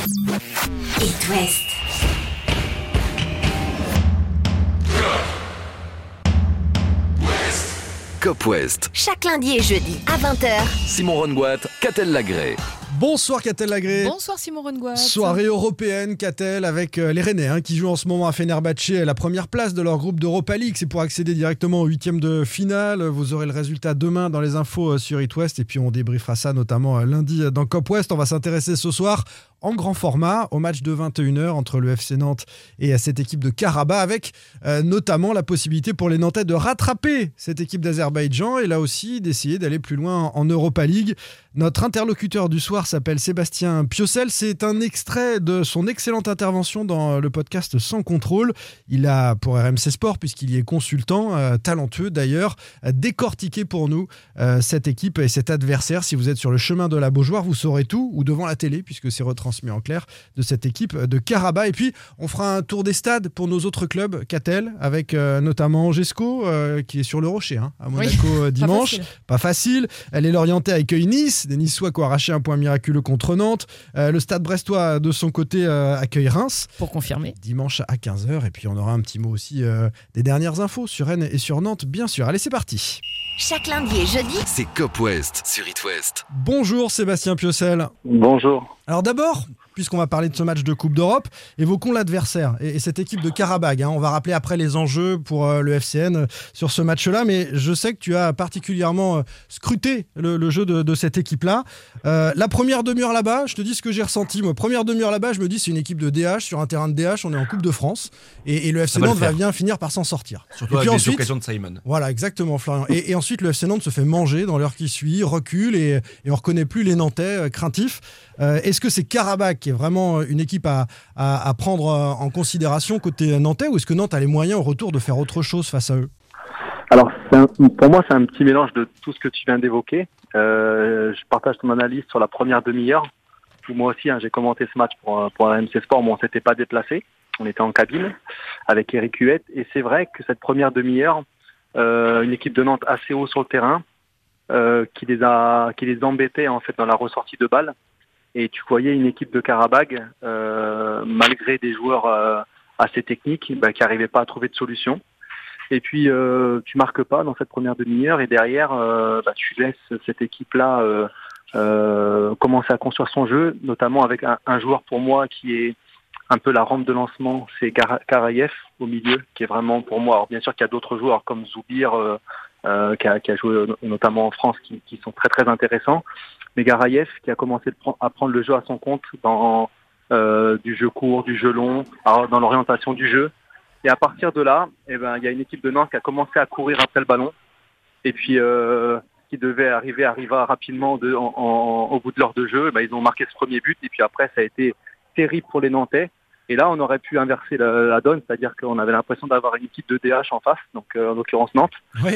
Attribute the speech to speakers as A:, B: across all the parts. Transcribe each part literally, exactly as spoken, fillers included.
A: It West.
B: Cop West.
A: Chaque lundi et jeudi à vingt heures.
B: Simon Rongoat, Catel Lagré.
C: Bonsoir Catel Lagré.
D: Bonsoir Simon Rongoat.
C: Soirée européenne, Catel, avec les Rennais hein, qui jouent en ce moment à Fenerbahçe la première place de leur groupe d'Europa League. C'est pour accéder directement au huitième de finale. Vous aurez le résultat demain dans les infos sur It West et puis on débriefera ça notamment lundi dans Cop West. On va s'intéresser ce soir en grand format au match de vingt et une heures entre le F C Nantes et cette équipe de Karabakh avec euh, notamment la possibilité pour les Nantais de rattraper cette équipe d'Azerbaïdjan et là aussi d'essayer d'aller plus loin en Europa League. Notre interlocuteur du soir s'appelle Sébastien Piocel. C'est un extrait de son excellente intervention dans le podcast Sans Contrôle. Il a, pour R M C Sport, puisqu'il y est consultant, euh, talentueux d'ailleurs, décortiqué pour nous euh, cette équipe et cet adversaire. Si vous êtes sur le chemin de la Beaujoire, vous saurez tout, ou devant la télé, puisque c'est retransmis en clair, de cette équipe de Karabakh. Et puis, on fera un tour des stades pour nos autres clubs, Catel, avec euh, notamment Gesco, euh, qui est sur le Rocher, hein, à Monaco oui, dimanche. Pas facile. pas facile. Elle est l'orientée accueille Nice. Des Niçois qui ont arraché un point miraculeux contre Nantes. Euh, le Stade Brestois, de son côté, euh, accueille Reims.
D: Pour confirmer.
C: Dimanche à quinze heures. Et puis, on aura un petit mot aussi euh, des dernières infos sur Rennes et sur Nantes, bien sûr. Allez, c'est parti.
A: Chaque lundi et jeudi,
B: c'est Cop West sur It West.
C: Bonjour Sébastien Piocel.
E: Bonjour.
C: Alors d'abord, puisqu'on va parler de ce match de Coupe d'Europe, évoquons l'adversaire et, et cette équipe de Karabakh. Hein. On va rappeler après les enjeux pour euh, le F C N euh, sur ce match-là, mais je sais que tu as particulièrement euh, scruté le, le jeu de, de cette équipe-là. Euh, la première demi-heure là-bas, je te dis ce que j'ai ressenti. Moi, première demi-heure là-bas, je me dis c'est une équipe de D H sur un terrain de D H. On est en Coupe de France et, et le F C Nantes va bien finir par s'en sortir.
F: Surtout
C: et puis
F: avec
C: ensuite,
F: des occasions de Simon.
C: Voilà, exactement, Florian. Et, et ensuite, le F C Nantes se fait manger dans l'heure qui suit, recule et, et on reconnaît plus les Nantais euh, craintifs. Euh, est-ce que c'est Karabakh qui est vraiment une équipe à, à, à prendre en considération côté nantais ou est-ce que Nantes a les moyens au retour de faire autre chose face à eux?
E: Alors, c'est un, pour moi, c'est un petit mélange de tout ce que tu viens d'évoquer. Euh, je partage ton analyse sur la première demi-heure. Où moi aussi, hein, j'ai commenté ce match pour, pour R M C Sport, mais on ne s'était pas déplacé. On était en cabine avec Eric Huette. Et c'est vrai que cette première demi-heure, euh, une équipe de Nantes assez haut sur le terrain, euh, qui les a, qui les embêtait en fait dans la ressortie de balles. Et tu voyais une équipe de Karabakh, euh, malgré des joueurs euh, assez techniques, bah, qui n'arrivaient pas à trouver de solution. Et puis, euh, tu marques pas dans cette première demi-heure et derrière, euh, bah, tu laisses cette équipe-là euh, euh, commencer à construire son jeu, notamment avec un, un joueur pour moi qui est un peu la rampe de lancement, c'est Karayev au milieu, qui est vraiment pour moi. Alors bien sûr qu'il y a d'autres joueurs comme Zoubir, euh, euh, qui, a, qui a joué notamment en France, qui, qui sont très très intéressants. Mais Garayev qui a commencé à prendre le jeu à son compte dans euh, du jeu court, du jeu long, dans l'orientation du jeu. Et à partir de là, eh ben, il y a une équipe de Nantes qui a commencé à courir après le ballon. Et puis, euh, qui devait arriver, arriva rapidement de, en, en, au bout de l'heure de jeu. Eh ben, ils ont marqué ce premier but. Et puis après, ça a été terrible pour les Nantais. Et là, on aurait pu inverser la, la donne, c'est-à-dire qu'on avait l'impression d'avoir une équipe de D H en face, donc euh, en l'occurrence Nantes.
C: Oui.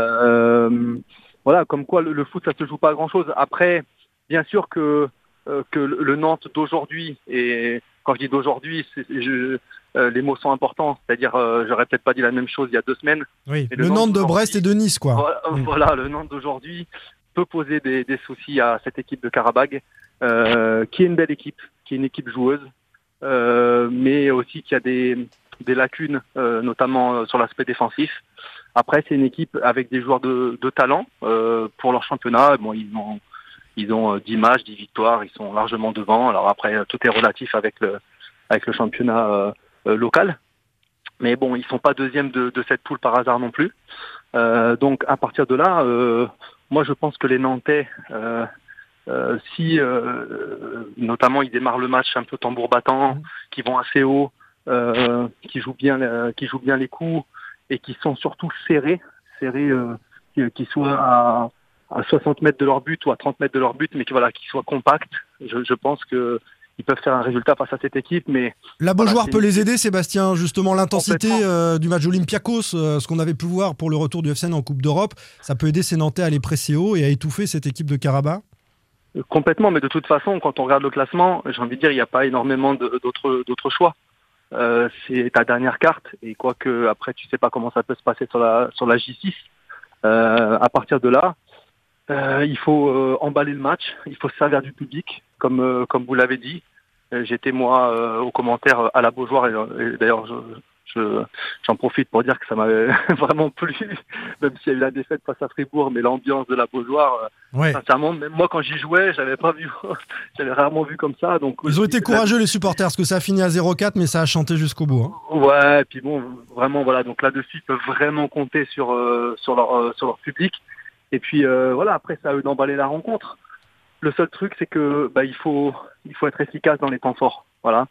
E: Euh, Voilà, comme quoi le, le foot, ça se joue pas à grand-chose. Après, bien sûr que euh, que le Nantes d'aujourd'hui, et quand je dis d'aujourd'hui, c'est, je, euh, les mots sont importants. C'est-à-dire, euh, j'aurais peut-être pas dit la même chose il y a deux semaines.
C: Oui, le, le Nantes, Nantes de Brest et de Nice, quoi.
E: Voilà,
C: mmh.
E: voilà le Nantes d'aujourd'hui peut poser des, des soucis à cette équipe de Karabakh, euh, qui est une belle équipe, qui est une équipe joueuse, euh, mais aussi qui a des, des lacunes, euh, notamment sur l'aspect défensif. Après, c'est une équipe avec des joueurs de, de talent euh, pour leur championnat. Bon, ils ont ils ont dix matchs, dix victoires, ils sont largement devant. Alors après, tout est relatif avec le avec le championnat euh, euh, local. Mais bon, ils sont pas deuxièmes de, de cette poule par hasard non plus. Euh, donc à partir de là, euh, moi je pense que les Nantais, euh, euh, si euh, notamment ils démarrent le match un peu tambour battant, qui vont assez haut, euh, qui jouent bien, euh, qui jouent bien les coups. Et qui sont surtout serrés, serrés, euh, qui, qui soient à, à soixante mètres de leur but ou à trente mètres de leur but, mais qui voilà, qui soient compacts. Je, je pense que ils peuvent faire un résultat face à cette équipe, mais
C: la Beaujoire
E: voilà,
C: peut les aider, Sébastien. Justement, l'intensité euh, du match Olympiakos, euh, ce qu'on avait pu voir pour le retour du F C N en Coupe d'Europe, ça peut aider ces Nantais à aller presser haut et à étouffer cette équipe de Karabakh.
E: Complètement, mais de toute façon, quand on regarde le classement, j'ai envie de dire, il n'y a pas énormément de, d'autres, d'autres choix. Euh, c'est ta dernière carte et quoique après tu sais pas comment ça peut se passer sur la sur la J six. Euh, à partir de là, euh, il faut euh, emballer le match, il faut se servir du public comme euh, comme vous l'avez dit. J'étais moi euh, aux commentaires à la Beaujoire et, et d'ailleurs je, je, j'en profite pour dire que ça m'avait vraiment plu, même s'il y a eu la défaite face à Fribourg, mais l'ambiance de la Beaujoire,
C: ouais.
E: sincèrement, même moi quand j'y jouais, j'avais pas vu, j'avais rarement vu comme ça. Donc
C: ils ont été courageux les supporters parce que ça a fini à zéro quatre, mais ça a chanté jusqu'au bout. Hein.
E: Ouais, et puis bon, vraiment voilà, donc là-dessus ils peuvent vraiment compter sur euh, sur leur euh, sur leur public. Et puis euh, voilà, après c'est à eux d'emballer la rencontre. Le seul truc, c'est que bah, il faut il faut être efficace dans les temps forts, voilà.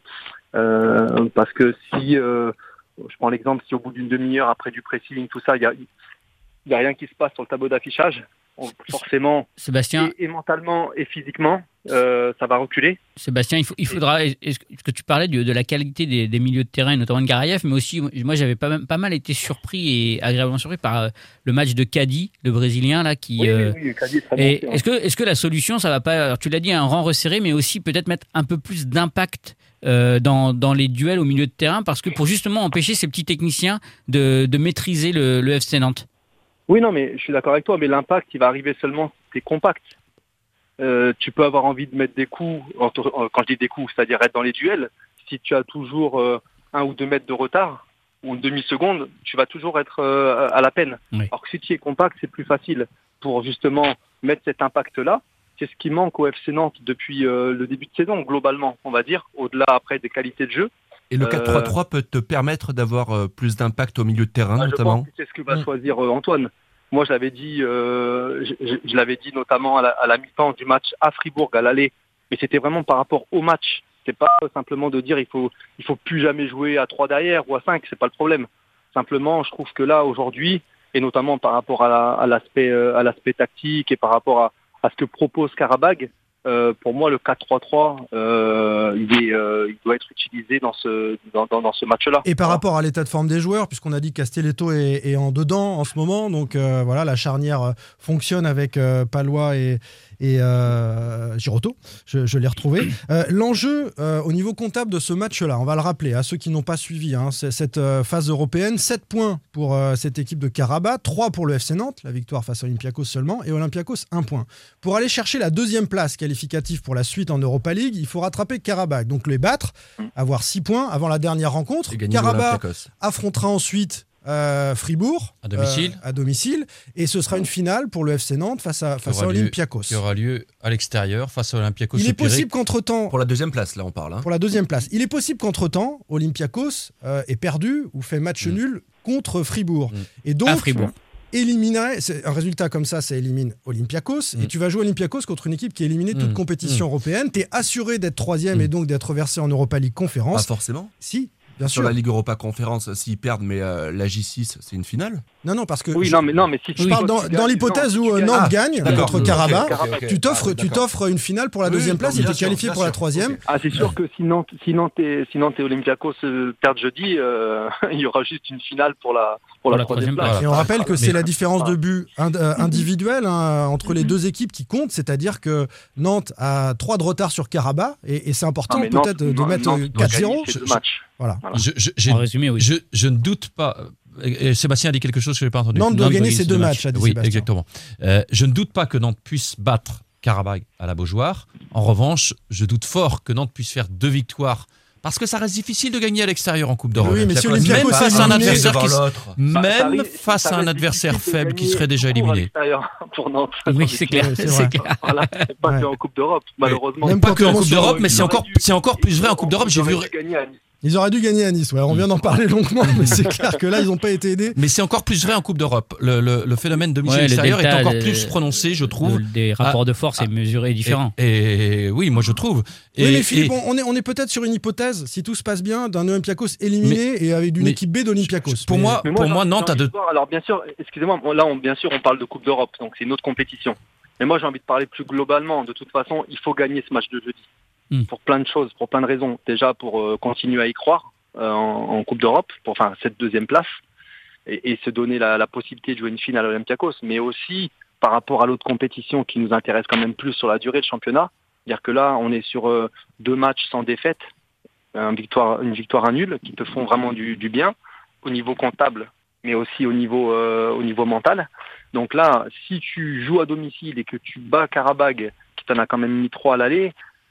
E: Euh, parce que si euh, je prends l'exemple, si au bout d'une demi-heure après du pressing, tout ça, il y a il y a rien qui se passe sur le tableau d'affichage, on, forcément,
D: Sébastien,
E: et, et mentalement et physiquement, euh, ça va reculer.
D: Sébastien, il, faut, il faudra. Est-ce que tu parlais de, de la qualité des, des milieux de terrain, notamment de Garaïev, mais aussi, moi, j'avais pas, pas mal été surpris et agréablement surpris par euh, le match de Caddy, le Brésilien là, qui.
E: Oui,
D: euh,
E: oui, oui, Caddy, très
D: et
E: bon,
D: est-ce que, est-ce que la solution, ça va pas. Alors, tu l'as dit, un rang resserré, mais aussi peut-être mettre un peu plus d'impact euh, dans, dans les duels au milieu de terrain, parce que pour justement empêcher ces petits techniciens de, de maîtriser le, le F C Nantes.
E: Oui, non, mais je suis d'accord avec toi, mais l'impact, il va arriver seulement si c'est compact. Euh, tu peux avoir envie de mettre des coups, quand je dis des coups, c'est-à-dire être dans les duels, si tu as toujours euh, un ou deux mètres de retard, ou une demi-seconde, tu vas toujours être euh, à la peine.
D: Oui.
E: Alors que si tu es compact, c'est plus facile pour justement mettre cet impact-là. C'est ce qui manque au F C Nantes depuis euh, le début de saison, globalement, on va dire, au-delà après des qualités de jeu.
F: Et le quatre trois trois euh, peut te permettre d'avoir euh, plus d'impact au milieu de terrain,
E: ah,
F: notamment.
E: Je pense que c'est ce que va mmh. choisir euh, Antoine. Moi, je l'avais dit, euh, je, je l'avais dit notamment à la, à la mi-temps du match à Fribourg, à l'aller, mais c'était vraiment par rapport au match. C'est pas simplement de dire il faut, il faut plus jamais jouer à trois derrière ou à cinq, c'est pas le problème. Simplement, je trouve que là aujourd'hui, et notamment par rapport à, la, à l'aspect, euh, à l'aspect tactique et par rapport à, à ce que propose Karabag, Euh, pour moi, le quatre trois trois, euh, il, est, euh, il doit être utilisé dans ce, dans, dans, dans ce match-là.
C: Et par rapport à l'état de forme des joueurs, puisqu'on a dit que Castelletto est, est en dedans en ce moment, donc euh, voilà, la charnière fonctionne avec euh, Palois et, et euh, Girotto, je, je l'ai retrouvé. Euh, l'enjeu euh, au niveau comptable de ce match-là, on va le rappeler à ceux qui n'ont pas suivi hein, cette euh, phase européenne, sept points pour euh, cette équipe de Karabakh, trois pour le F C Nantes, la victoire face à Olympiakos seulement, et Olympiakos un point. Pour aller chercher la deuxième place qualificative pour la suite en Europa League, il faut rattraper Karabakh, donc les battre, avoir six points avant la dernière rencontre. Karabakh affrontera ensuite Euh, Fribourg
G: à domicile.
C: Euh, à domicile et ce sera une finale pour le F C Nantes face à, face à
G: lieu,
C: Olympiakos
G: qui aura lieu à l'extérieur face à Olympiakos.
C: Il est possible qu'entre-temps
F: pour la deuxième place là on parle hein.
C: pour la deuxième place il est possible qu'entre-temps Olympiakos euh, ait perdu ou fait match mmh. nul contre Fribourg mmh. et donc
D: à Fribourg
C: éliminer, c'est un résultat comme ça, ça élimine Olympiakos mmh. et tu vas jouer Olympiakos contre une équipe qui est éliminée de toute mmh. compétition mmh. européenne. Tu es assuré d'être troisième mmh. et donc d'être versé en Europa League Conférence.
F: Pas forcément.
C: Si. Bien
F: sur
C: sûr.
F: la Ligue Europa Conférence, s'ils perdent, mais euh, la J six, c'est une finale.
C: Non, non, parce que
E: oui,
C: je,
E: non, mais non, mais si tu
C: je parle dans, dans l'hypothèse où euh, Nantes ah, gagne contre Karabakh, okay, okay. tu t'offres, okay, tu t'offres une finale pour la deuxième oui, place et tu es qualifié pour sûr, la troisième.
E: Okay. Ah, c'est sûr que si Nantes, si Nantes et, si Nantes et Olympiakos euh, perdent jeudi, euh, il y aura juste une finale pour la pour, pour la, la troisième place. place.
C: Et on rappelle que c'est la différence de but individuelle hein, entre les deux équipes qui compte, c'est-à-dire que Nantes a trois de retard sur Karabakh et, et c'est important ah, peut-être Nantes, de mettre quatre zéro.
E: Voilà.
G: Je, je, je, en résumé, oui. Je, je ne doute pas. Et Sébastien a dit quelque chose que je n'ai pas entendu.
C: Nantes doit gagner ses deux matchs, a dit
G: Oui,
C: Sébastien.
G: Exactement. Euh, je ne doute pas que Nantes puisse battre Karabakh à la Beaujoire. En revanche, je doute fort que Nantes puisse faire deux victoires. Parce que ça reste difficile de gagner à l'extérieur en Coupe d'Europe.
C: Oui, mais si Olympiakos
G: même face à un adversaire, qui,
E: même
G: ça, face à un adversaire faible qui serait déjà éliminé.
E: Pour Nantes.
D: Oui, c'est clair. C'est, c'est clair.
E: Voilà, c'est pas ouais. que en Coupe d'Europe, malheureusement.
G: Même pas que en Coupe d'Europe, mais c'est encore, c'est encore plus vrai en Coupe d'Europe. J'ai vu.
C: Ils auraient dû gagner à Nice, ouais. On vient d'en parler longuement, mais c'est clair que là, ils n'ont pas été aidés.
G: Mais c'est encore plus vrai en Coupe d'Europe. Le, le, le phénomène de Michel ouais, extérieur est encore plus prononcé, je trouve.
D: Des rapports ah, de force ah, et mesurés différents.
G: Et, et oui, moi je trouve. Et,
C: oui, mais Philippe,
G: et,
C: on, est, on est peut-être sur une hypothèse, si tout se passe bien, d'un Olympiakos éliminé mais, et avec une équipe B d'Olympiakos.
G: Pour mais, moi, mais moi, pour moi Nantes a de.
E: Alors bien sûr, excusez-moi, là, on, bien sûr, on parle de Coupe d'Europe, donc c'est une autre compétition. Mais moi, j'ai envie de parler plus globalement. De toute façon, il faut gagner ce match de jeudi. Mm. Pour plein de choses, pour plein de raisons. Déjà, pour euh, continuer à y croire. En, en Coupe d'Europe, pour enfin cette deuxième place, et, et se donner la, la possibilité de jouer une finale à Olympiakos, mais aussi par rapport à l'autre compétition qui nous intéresse quand même plus sur la durée de championnat, c'est-à-dire que là on est sur euh, deux matchs sans défaite, une victoire, une victoire à nul, qui te font vraiment du, du bien au niveau comptable, mais aussi au niveau euh, au niveau mental. Donc là, si tu joues à domicile et que tu bats Karabakh, qui t'en a quand même mis trois à l'aller,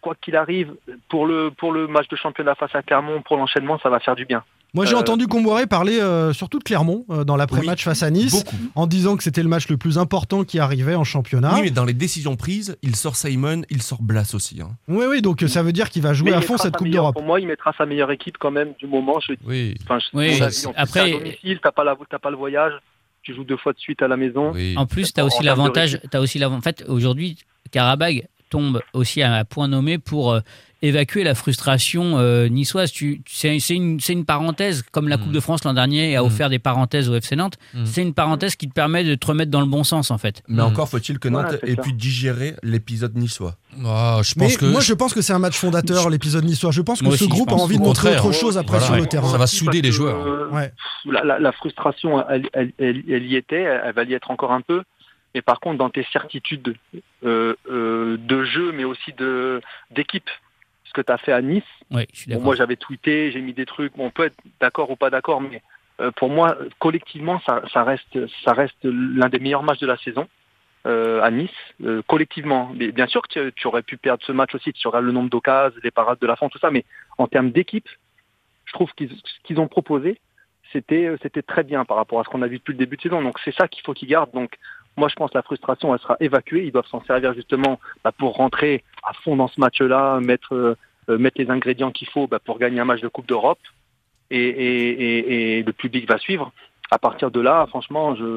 E: quoi qu'il arrive, pour le, pour le match de championnat face à Clermont, pour l'enchaînement, ça va faire du bien.
C: Moi, j'ai
E: Euh,
C: entendu Comboiré parler euh, surtout de Clermont euh, dans l'après-match
F: Oui,
C: face à Nice,
F: beaucoup.
C: en disant que c'était le match le plus important qui arrivait en championnat.
F: Oui, mais dans les décisions prises, il sort Simon, il sort Blas aussi. Hein.
C: Oui, oui, donc euh, ça veut dire qu'il va jouer
E: Mais
C: à
E: il
C: fond
E: mettra
C: cette
E: sa
C: Coupe
E: meilleure-
C: d'Europe.
E: Pour moi, il mettra sa meilleure équipe quand même du moment. Je,
G: Oui.
E: enfin, je,
D: Oui,
E: mon avis,
D: c'est-
E: en plus,
D: après-
E: t'es à domicile, t'as pas, la, t'as pas le voyage, tu joues deux fois de suite à la maison.
G: Oui.
D: En plus, tu as
E: En
D: aussi
E: termes de
D: l'avantage.
E: réussite.
D: T'as aussi l'avantage. En fait, aujourd'hui, Karabag tombe aussi à un point nommé pour euh, évacuer la frustration euh, niçoise. Tu, c'est, c'est, une, c'est une parenthèse, comme la
G: Mm.
D: Coupe de France l'an dernier a
G: Mm.
D: offert des parenthèses au F C Nantes.
G: Mm.
D: C'est une parenthèse qui te permet de te remettre dans le bon sens, en fait.
F: Mais
G: Mm.
F: encore faut-il que Nantes
E: Voilà, c'est
F: ait
E: ça.
F: pu digérer l'épisode niçois.
G: Ah, je
C: Mais
G: pense que
C: moi, je pense que c'est un match fondateur, l'épisode niçois. Je pense que
D: Moi
C: ce
D: aussi, je
C: groupe a
D: pense.
C: envie de
G: Au
C: montrer
G: contraire.
C: autre chose après
G: Voilà,
C: sur
G: ouais.
C: le terrain.
G: Ça va souder les
E: Parce que,
G: joueurs.
E: euh,
C: Ouais.
E: La, la, la frustration, elle, elle, elle, elle y était, elle va y être encore un peu. Mais par contre, dans tes certitudes euh, euh, de jeu, mais aussi de d'équipe, ce que tu as fait à Nice,
D: Oui, je suis
E: bon,
D: d'accord.
E: moi j'avais tweeté, j'ai mis des trucs, bon, on peut être d'accord ou pas d'accord, mais euh, pour moi, collectivement, ça, ça, reste, ça reste l'un des meilleurs matchs de la saison euh, à Nice, euh, collectivement. Mais bien sûr que tu, tu aurais pu perdre ce match aussi, tu aurais le nombre d'occasions, les parades de la fin, tout ça, mais en termes d'équipe, je trouve qu'ils, ce qu'ils ont proposé, c'était, c'était très bien par rapport à ce qu'on a vu depuis le début de saison. Donc c'est ça qu'il faut qu'ils gardent. Donc moi je pense que la frustration elle sera évacuée. Ils doivent s'en servir justement bah, pour rentrer à fond dans ce match-là, mettre, euh, mettre les ingrédients qu'il faut bah, pour gagner un match de Coupe d'Europe. Et, et, et, et le public va suivre. À partir de là, franchement, je,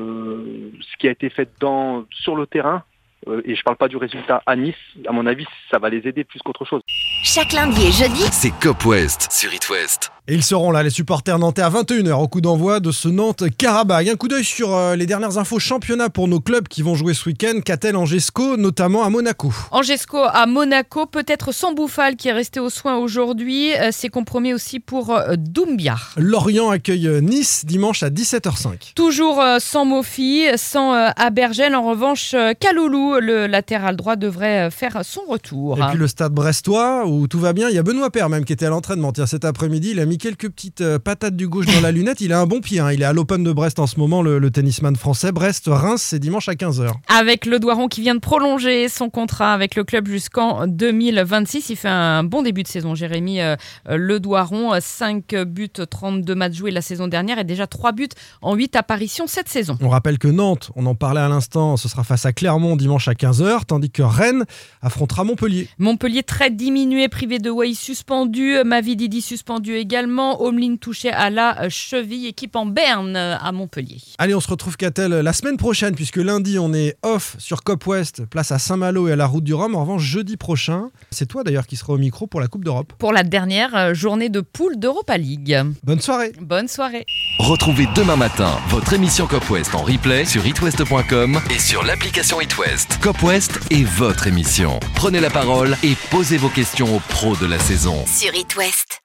E: ce qui a été fait dans, sur le terrain, euh, et je parle pas du résultat à Nice, à mon avis, ça va les aider plus qu'autre chose.
A: Chaque lundi et jeudi,
B: C'est Cop West sur It West.
C: Et ils seront là, les supporters nantais, à vingt et une heures au coup d'envoi de ce Nantes-Karabag. Un coup d'œil sur euh, les dernières infos championnat pour nos clubs qui vont jouer ce week-end. Catel, Angesco, notamment à Monaco.
H: Angesco à Monaco, peut-être sans Bouffal qui est resté aux soins aujourd'hui. Euh, C'est compromis aussi pour euh, Doumbia.
C: Lorient accueille euh, Nice dimanche à dix-sept heures cinq.
H: Toujours euh, sans Mofi, sans euh, Abergel. En revanche, euh, Kaloulou, le latéral droit, devrait euh, faire son retour.
C: Et puis le stade brestois où tout va bien. Il y a Benoît Paire même qui était à l'entraînement. Tiens, cet après-midi, il a mis quelques petites euh, patates du gauche dans la lunette. Il a un bon pied. Hein. Il est à l'Open de Brest en ce moment, le, le tennisman français. Brest-Reims, c'est dimanche à quinze heures.
H: Avec le Doiron qui vient de prolonger son contrat avec le club jusqu'en deux mille vingt-six. Il fait un bon début de saison, Jérémy euh, Le Doiron. cinq buts, trente-deux matchs joués la saison dernière et déjà trois buts en huit apparitions cette saison.
C: On rappelle que Nantes, on en parlait à l'instant, ce sera face à Clermont dimanche à quinze heures, tandis que Rennes affrontera Montpellier.
H: Montpellier très diminué, privé de Wai suspendu, Mavididi suspendu également, Omeline touché à la cheville, équipe en berne à Montpellier.
C: Allez, on se retrouve Catel la semaine prochaine, puisque lundi on est off sur Cop West, place à Saint-Malo et à la Route du Rhum. En revanche, jeudi prochain, c'est toi d'ailleurs qui sera au micro pour la Coupe d'Europe.
H: Pour la dernière journée de poule d'Europa League.
C: Bonne soirée.
H: Bonne soirée.
B: Retrouvez demain matin votre émission Cop West en replay sur itwest point com et sur l'application It West. Cop West est votre émission. Prenez la parole et posez vos questions aux pros de la saison.
A: sur It West.